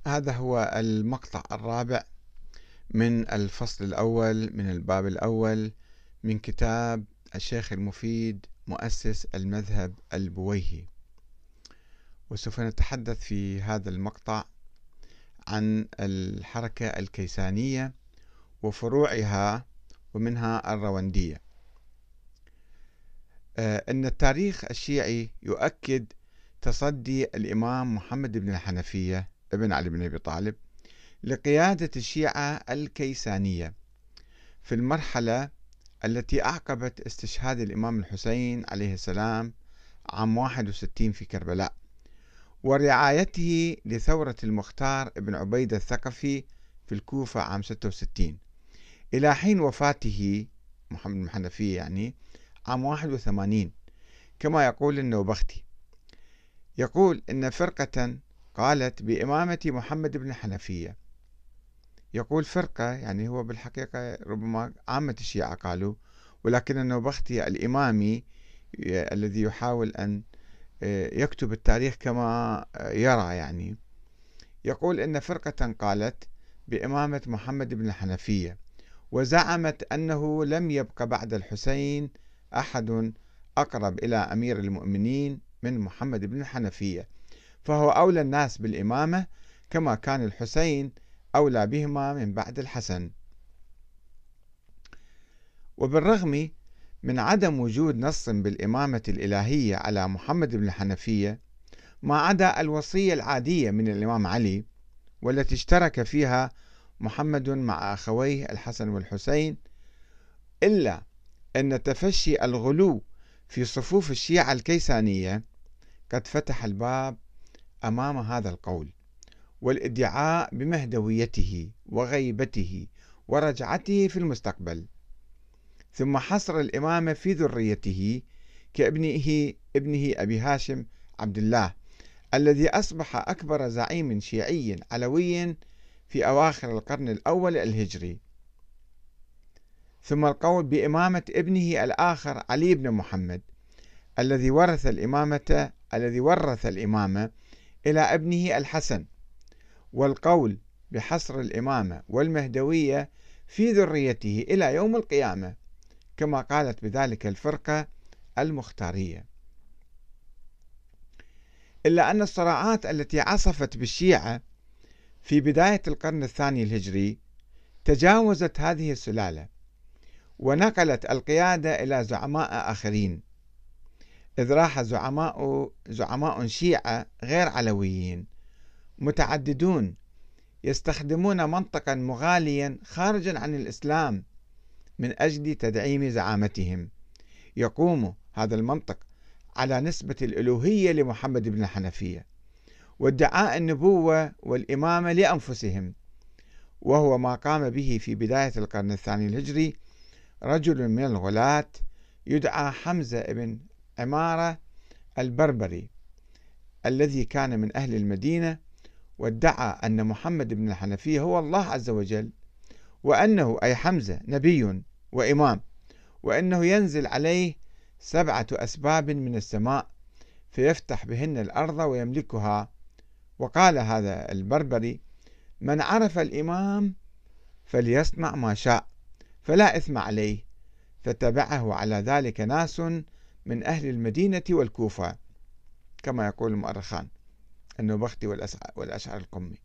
هذا هو المقطع الرابع من الفصل الأول من الباب الأول من كتاب الشيخ المفيد مؤسس المذهب البويهي. وسوف نتحدث في هذا المقطع عن الحركة الكيسانية وفروعها ومنها الروندية. أن التاريخ الشيعي يؤكد تصدي الإمام محمد بن الحنفية ابن علي بن أبي طالب لقيادة الشيعة الكيسانية في المرحلة التي أعقبت استشهاد الإمام الحسين عليه السلام عام 61 في كربلاء، ورعايته لثورة المختار ابن عبيدة الثقفي في الكوفة عام 66 إلى حين وفاته محمد بن الحنفية عام 81. كما يقول النوبختي، يقول إن فرقة قالت بإمامة محمد بن الحنفية. يقول فرقة هو بالحقيقة ربما عامة الشيعة قالوا، ولكن النوبختي الإمامي الذي يحاول أن يكتب التاريخ كما يرى يقول إن فرقة قالت بإمامة محمد بن الحنفية وزعمت أنه لم يبق بعد الحسين أحد أقرب إلى أمير المؤمنين من محمد بن الحنفية، فهو أولى الناس بالإمامة كما كان الحسين أولى بهما من بعد الحسن. وبالرغم من عدم وجود نص بالإمامة الإلهية على محمد بن الحنفية ما عدا الوصية العادية من الإمام علي، والتي اشترك فيها محمد مع أخويه الحسن والحسين، إلا أن تفشي الغلو في صفوف الشيعة الكيسانية قد فتح الباب أمام هذا القول والادعاء بمهدويته وغيبته ورجعته في المستقبل، ثم حصر الإمامة في ذريته كابنه أبي هاشم عبد الله الذي أصبح أكبر زعيم شيعي علوي في أواخر القرن الأول الهجري، ثم القول بإمامة ابنه الآخر علي بن محمد الذي ورث الإمامة إلى ابنه الحسن، والقول بحصر الإمامة والمهدوية في ذريته إلى يوم القيامة كما قالت بذلك الفرقة المختارية. إلا أن الصراعات التي عصفت بالشيعة في بداية القرن الثاني الهجري تجاوزت هذه السلالة ونقلت القيادة إلى زعماء آخرين، إذ راح زعماء شيعة غير علويين متعددون يستخدمون منطقا مغاليا خارجا عن الإسلام من أجل تدعيم زعامتهم. يقوم هذا المنطق على نسبة الألوهية لمحمد بن الحنفية وادعاء النبوة والإمامة لأنفسهم، وهو ما قام به في بداية القرن الثاني الهجري رجل من الغلاة يدعى حمزة بن عمارة البربري الذي كان من أهل المدينة، وادعى أن محمد بن الحنفية هو الله عز وجل، وأنه أي حمزة نبي وإمام، وأنه ينزل عليه 7 أسباب من السماء فيفتح بهن الأرض ويملكها. وقال هذا البربري: من عرف الإمام فليصنع ما شاء فلا إثم عليه. فتبعه على ذلك ناس من أهل المدينة والكوفة كما يقول المؤرخان النوبختي والأشعر القمي.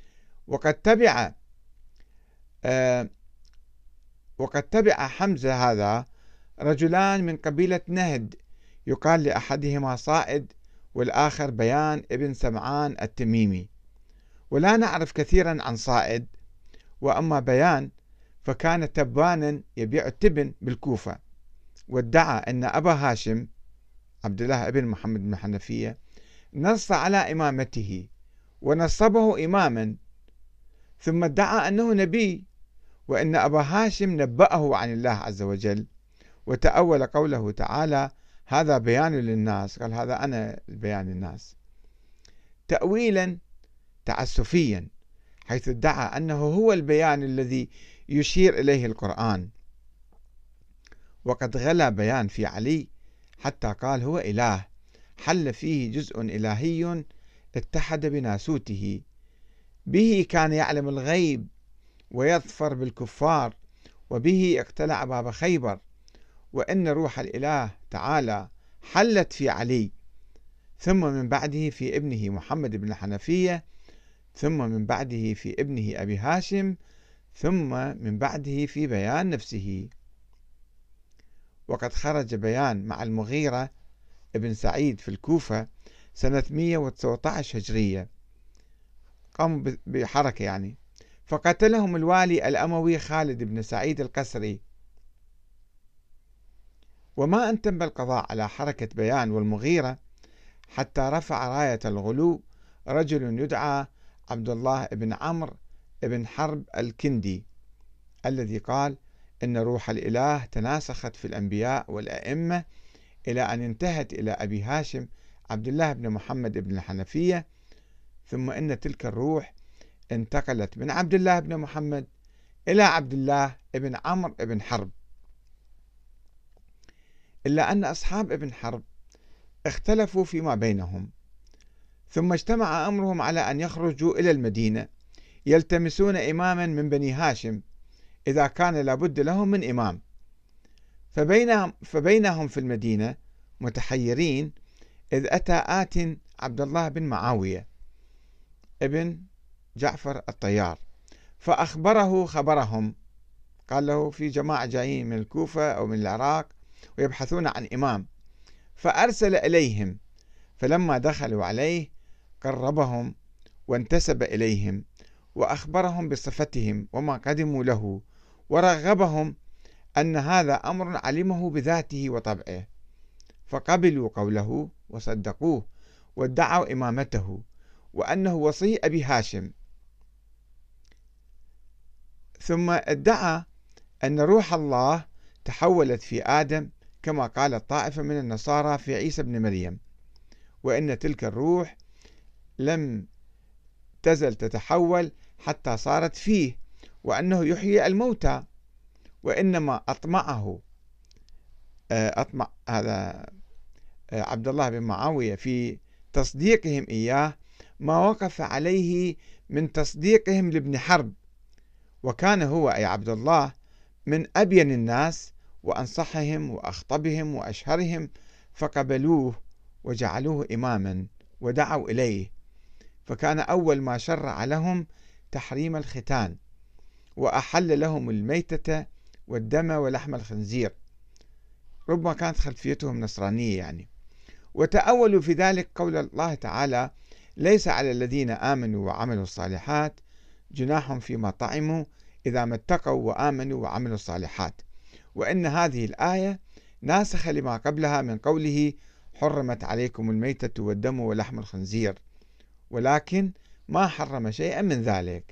وقد تبع حمزة هذا رجلان من قبيلة نهد يقال لأحدهما صائد والآخر بيان ابن سمعان التميمي، ولا نعرف كثيرا عن صائد، وأما بيان فكان تبانا يبيع التبن بالكوفة، وادعى أن أبا هاشم عبد الله ابن محمد بن حنفية نص على إمامته ونصبه إماما، ثم ادعى أنه نبي وأن أبا هاشم نبأه عن الله عز وجل، وتأول قوله تعالى: هذا بيان للناس، قال هذا أنا بيان للناس، تأويلا تعسفيا، حيث ادعى أنه هو البيان الذي يشير إليه القرآن. وقد غلا بيان في علي حتى قال هو إله، حل فيه جزء إلهي اتحد بناسوته، به كان يعلم الغيب ويظفر بالكفار، وبه اقتلع باب خيبر، وإن روح الإله تعالى حلت في علي، ثم من بعده في ابنه محمد بن الحنفية، ثم من بعده في ابنه أبي هاشم، ثم من بعده في بيان نفسه. وقد خرج بيان مع المغيرة ابن سعيد في الكوفة سنة 119 هجرية، قاموا بحركة يعني، فقتلهم الوالي الأموي خالد بن سعيد القسري. وما أن تم القضاء على حركة بيان والمغيرة حتى رفع راية الغلو رجل يدعى عبد الله بن عمرو بن حرب الكندي، الذي قال إن روح الإله تناسخت في الأنبياء والأئمة إلى أن انتهت إلى أبي هاشم عبد الله بن محمد بن الحنفية، ثم إن تلك الروح انتقلت من عبد الله بن محمد إلى عبد الله بن عمرو بن حرب، إلا أن أصحاب ابن حرب اختلفوا فيما بينهم، ثم اجتمع أمرهم على أن يخرجوا إلى المدينة يلتمسون إماما من بني هاشم إذا كان لابد لهم من إمام، فبينهم في المدينة متحيرين، إذ أتى آت عبد الله بن معاوية ابن جعفر الطيار فأخبره خبرهم، قال له في جماعة جايين من الكوفة أو من العراق ويبحثون عن إمام، فأرسل إليهم، فلما دخلوا عليه قربهم وانتسب إليهم وأخبرهم بصفتهم وما قدموا له، ورغبهم أن هذا أمر علمه بذاته وطبعه، فقبلوا قوله وصدقوه وادعوا إمامته وأنه وصي أبي هاشم. ثم ادعى أن روح الله تحولت في آدم كما قالت طائفة من النصارى في عيسى بن مريم، وإن تلك الروح لم تزل تتحول حتى صارت فيه، وأنه يحيي الموتى، وإنما أطمع هذا عبد الله بن معاوية في تصديقهم إياه ما وقف عليه من تصديقهم لابن حرب، وكان هو أي عبد الله من أبين الناس وأنصحهم وأخطبهم وأشهرهم، فقبلوه وجعلوه إماما ودعوا إليه، فكان أول ما شرع لهم تحريم الختان، وأحل لهم الميتة والدم ولحم الخنزير، ربما كانت خلفيتهم نصرانية يعني. وتأولوا في ذلك قول الله تعالى: ليس على الذين آمنوا وعملوا الصالحات جناح فيما طعموا إذا ما اتقوا وآمنوا وعملوا الصالحات، وإن هذه الآية ناسخة لما قبلها من قوله: حرمت عليكم الميتة والدم ولحم الخنزير، ولكن ما حرم شيئا من ذلك.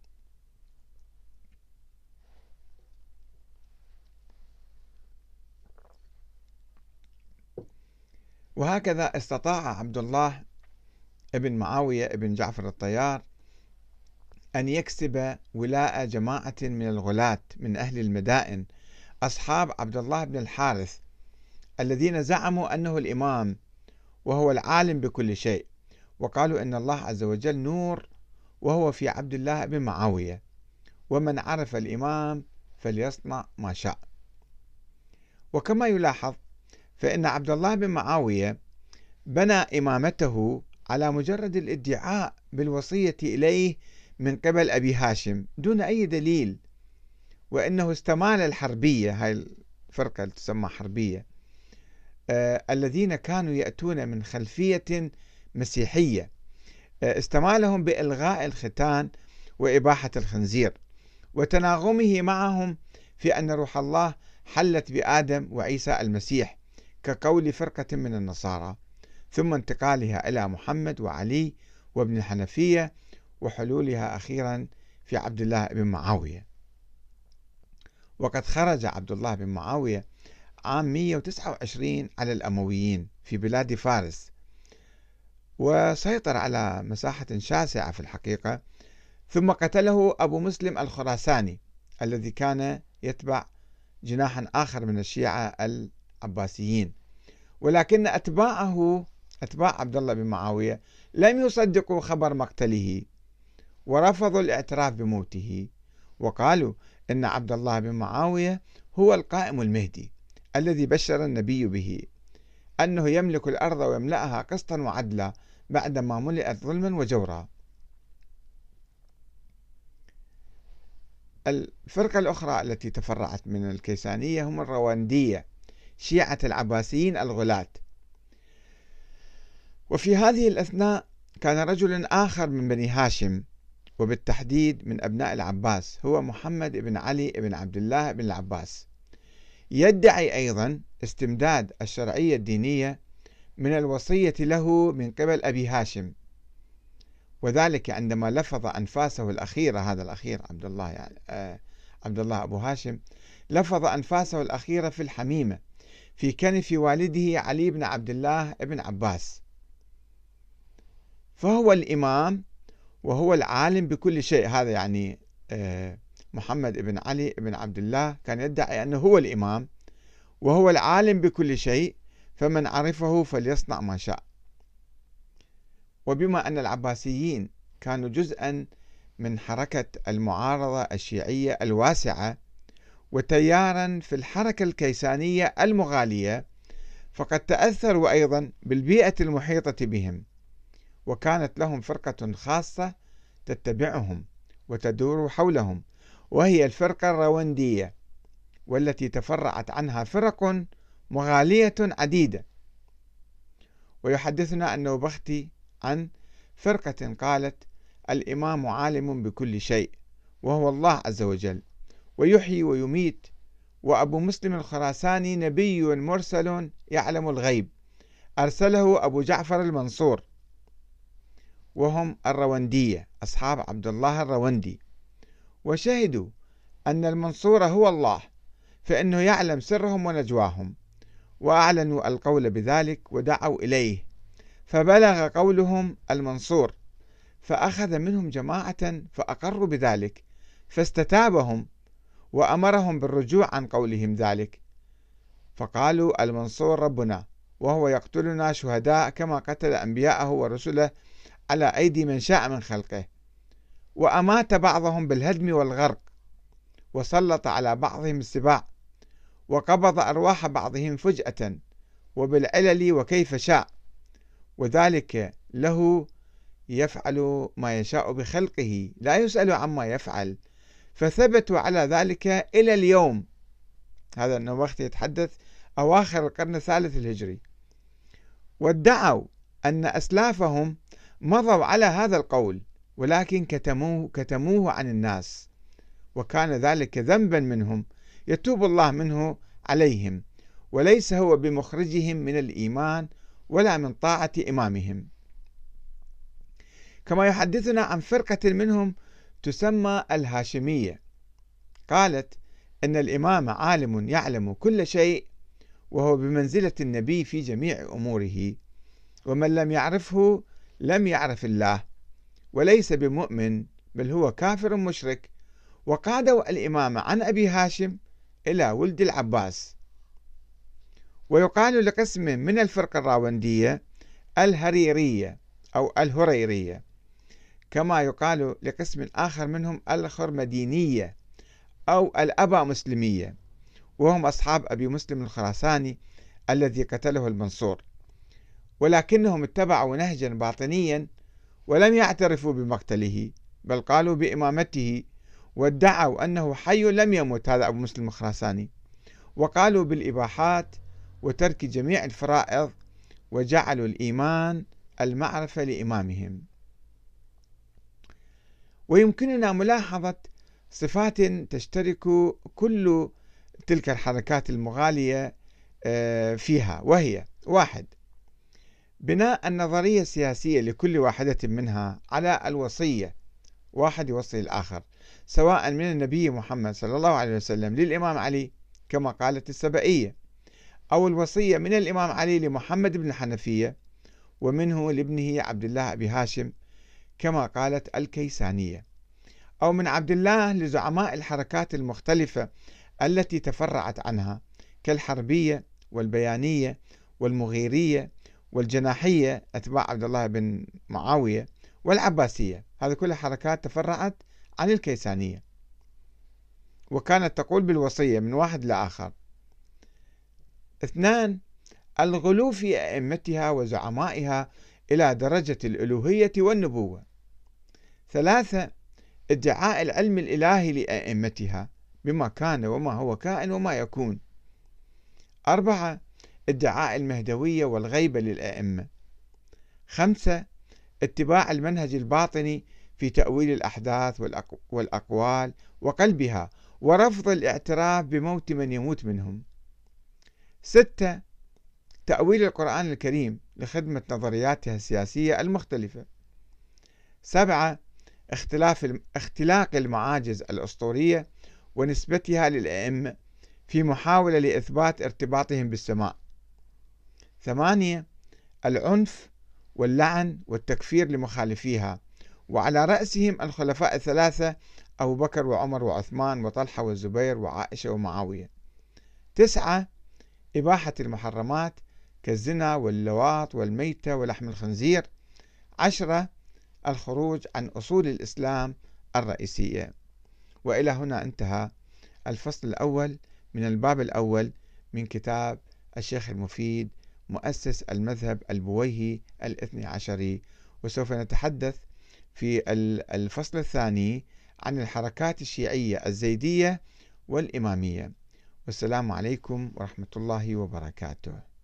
وهكذا استطاع عبد الله ابن معاوية ابن جعفر الطيار أن يكسب ولاء جماعة من الغلاة من أهل المدائن أصحاب عبد الله بن الحارث، الذين زعموا أنه الإمام وهو العالم بكل شيء، وقالوا إن الله عز وجل نور وهو في عبد الله بن معاوية، ومن عرف الإمام فليصنع ما شاء. وكما يلاحظ فإن عبد الله بن معاوية بنى إمامته على مجرد الادعاء بالوصية إليه من قبل أبي هاشم دون أي دليل، وإنه استمال الحربية، هاي الفرقة اللي تسمى حربية، الذين كانوا يأتون من خلفية مسيحية، استمالهم بإلغاء الختان وإباحة الخنزير، وتناغمه معهم في أن روح الله حلت بآدم وعيسى المسيح كقول فرقة من النصارى، ثم انتقالها إلى محمد وعلي وابن الحنفية، وحلولها أخيرا في عبد الله بن معاوية. وقد خرج عبد الله بن معاوية عام 129 على الأمويين في بلاد فارس، وسيطر على مساحة شاسعة في الحقيقة، ثم قتله أبو مسلم الخراساني الذي كان يتبع جناحا آخر من الشيعة العباسيين، ولكن أتباع عبد الله بن معاوية لم يصدقوا خبر مقتله، ورفضوا الاعتراف بموته، وقالوا إن عبد الله بن معاوية هو القائم المهدي الذي بشر النبي به، أنه يملك الأرض ويملأها قسطا وعدلا بعدما ملئت ظلما وجورا. الفرقة الأخرى التي تفرعت من الكيسانية هم الرواندية، شيعة العباسيين الغلاة. وفي هذه الأثناء كان رجل آخر من بني هاشم، وبالتحديد من أبناء العباس، هو محمد بن علي بن عبد الله بن العباس، يدعي أيضا استمداد الشرعية الدينية من الوصية له من قبل أبي هاشم، وذلك عندما لفظ أنفاسه الأخيرة، هذا الأخير عبد الله يعني عبد الله أبو هاشم، لفظ أنفاسه الأخيرة في الحميمة في كنف والده علي بن عبد الله بن عباس، فهو الإمام وهو العالم بكل شيء. هذا يعني محمد بن علي بن عبد الله كان يدعي أنه هو الإمام وهو العالم بكل شيء، فمن عرفه فليصنع ما شاء. وبما أن العباسيين كانوا جزءا من حركة المعارضة الشيعية الواسعة وتيارا في الحركة الكيسانية المغالية، فقد تأثروا أيضا بالبيئة المحيطة بهم، وكانت لهم فرقة خاصة تتبعهم وتدور حولهم، وهي الفرقة الرواندية، والتي تفرعت عنها فرق مغالية عديدة. ويحدثنا النوبختي عن فرقة قالت: الإمام عالم بكل شيء وهو الله عز وجل، ويحيي ويميت، وأبو مسلم الخراساني نبي مرسل يعلم الغيب، أرسله أبو جعفر المنصور. وهم الرواندية أصحاب عبد الله الرواندي، وشهدوا أن المنصور هو الله، فإنه يعلم سرهم ونجواهم، وأعلنوا القول بذلك ودعوا إليه، فبلغ قولهم المنصور، فأخذ منهم جماعة فأقروا بذلك، فاستتابهم وأمرهم بالرجوع عن قولهم ذلك، فقالوا: المنصور ربنا، وهو يقتلنا شهداء كما قتل أنبياءه ورسله على أيدي من شاء من خلقه، وأمات بعضهم بالهدم والغرق، وسلط على بعضهم السباع، وقبض أرواح بعضهم فجأة وبالعلل وكيف شاء، وذلك له يفعل ما يشاء بخلقه لا يسأل عما يفعل، فثبتوا على ذلك إلى اليوم. هذا النوبختي يتحدث أواخر القرن الثالث الهجري، وادعوا أن أسلافهم مضوا على هذا القول، ولكن كتموه عن الناس، وكان ذلك ذنبا منهم يتوب الله منه عليهم، وليس هو بمخرجهم من الإيمان ولا من طاعة إمامهم. كما يحدثنا عن فرقة منهم تسمى الهاشمية، قالت إن الإمام عالم يعلم كل شيء، وهو بمنزلة النبي في جميع أموره، ومن لم يعرفه لم يعرف الله، وليس بمؤمن بل هو كافر مشرك. وقادوا الإمام عن أبي هاشم إلى ولد العباس. ويقال لقسم من الفرقة الراوندية الهريرية أو الهريرية، كما يقال لقسم آخر منهم الخرمدينية أو الأبا مسلمية، وهم أصحاب أبي مسلم الخراساني الذي قتله المنصور، ولكنهم اتبعوا نهجا باطنيا ولم يعترفوا بمقتله، بل قالوا بإمامته، وادعوا أنه حي لم يمت، هذا أبو مسلم الخراساني، وقالوا بالإباحات وترك جميع الفرائض، وجعلوا الإيمان المعرفة لإمامهم. ويمكننا ملاحظة صفات تشترك كل تلك الحركات المغالية فيها، وهي: 1. بناء النظرية السياسية لكل واحدة منها على الوصية، واحد يوصي الآخر، سواء من النبي محمد صلى الله عليه وسلم للإمام علي كما قالت السبائية، أو الوصية من الإمام علي لمحمد بن الحنفية ومنه لابنه عبد الله أبي هاشم كما قالت الكيسانية، أو من عبد الله لزعماء الحركات المختلفة التي تفرعت عنها كالحربية والبيانية والمغيرية والجناحية أتباع عبد الله بن معاوية، والعباسية، هذه كلها حركات تفرعت عن الكيسانية، وكانت تقول بالوصية من واحد لآخر. 2. الغلو في أئمتها وزعمائها إلى درجة الألوهية والنبوة. 3. ادعاء العلم الإلهي لأئمتها بما كان وما هو كائن وما يكون. 4. ادعاء المهدوية والغيبة للأئمة. 5. اتباع المنهج الباطني في تأويل الأحداث والأقوال وقلبها، ورفض الاعتراف بموت من يموت منهم. 6. تأويل القرآن الكريم لخدمة نظرياتها السياسية المختلفة. 7. اختلاق المعاجز الأسطورية ونسبتها للأئمة في محاولة لإثبات ارتباطهم بالسماء. 8. العنف واللعن والتكفير لمخالفيها، وعلى رأسهم الخلفاء الثلاثة أبو بكر وعمر وعثمان وطلحة والزبير وعائشة ومعاوية. 9. إباحة المحرمات كالزنا واللواط والميتة ولحم الخنزير. 10. الخروج عن أصول الإسلام الرئيسية. وإلى هنا انتهى الفصل الأول من الباب الأول من كتاب الشيخ المفيد مؤسس المذهب البويهي الاثني عشري، وسوف نتحدث في الفصل الثاني عن الحركات الشيعية الزيدية والإمامية. والسلام عليكم ورحمة الله وبركاته.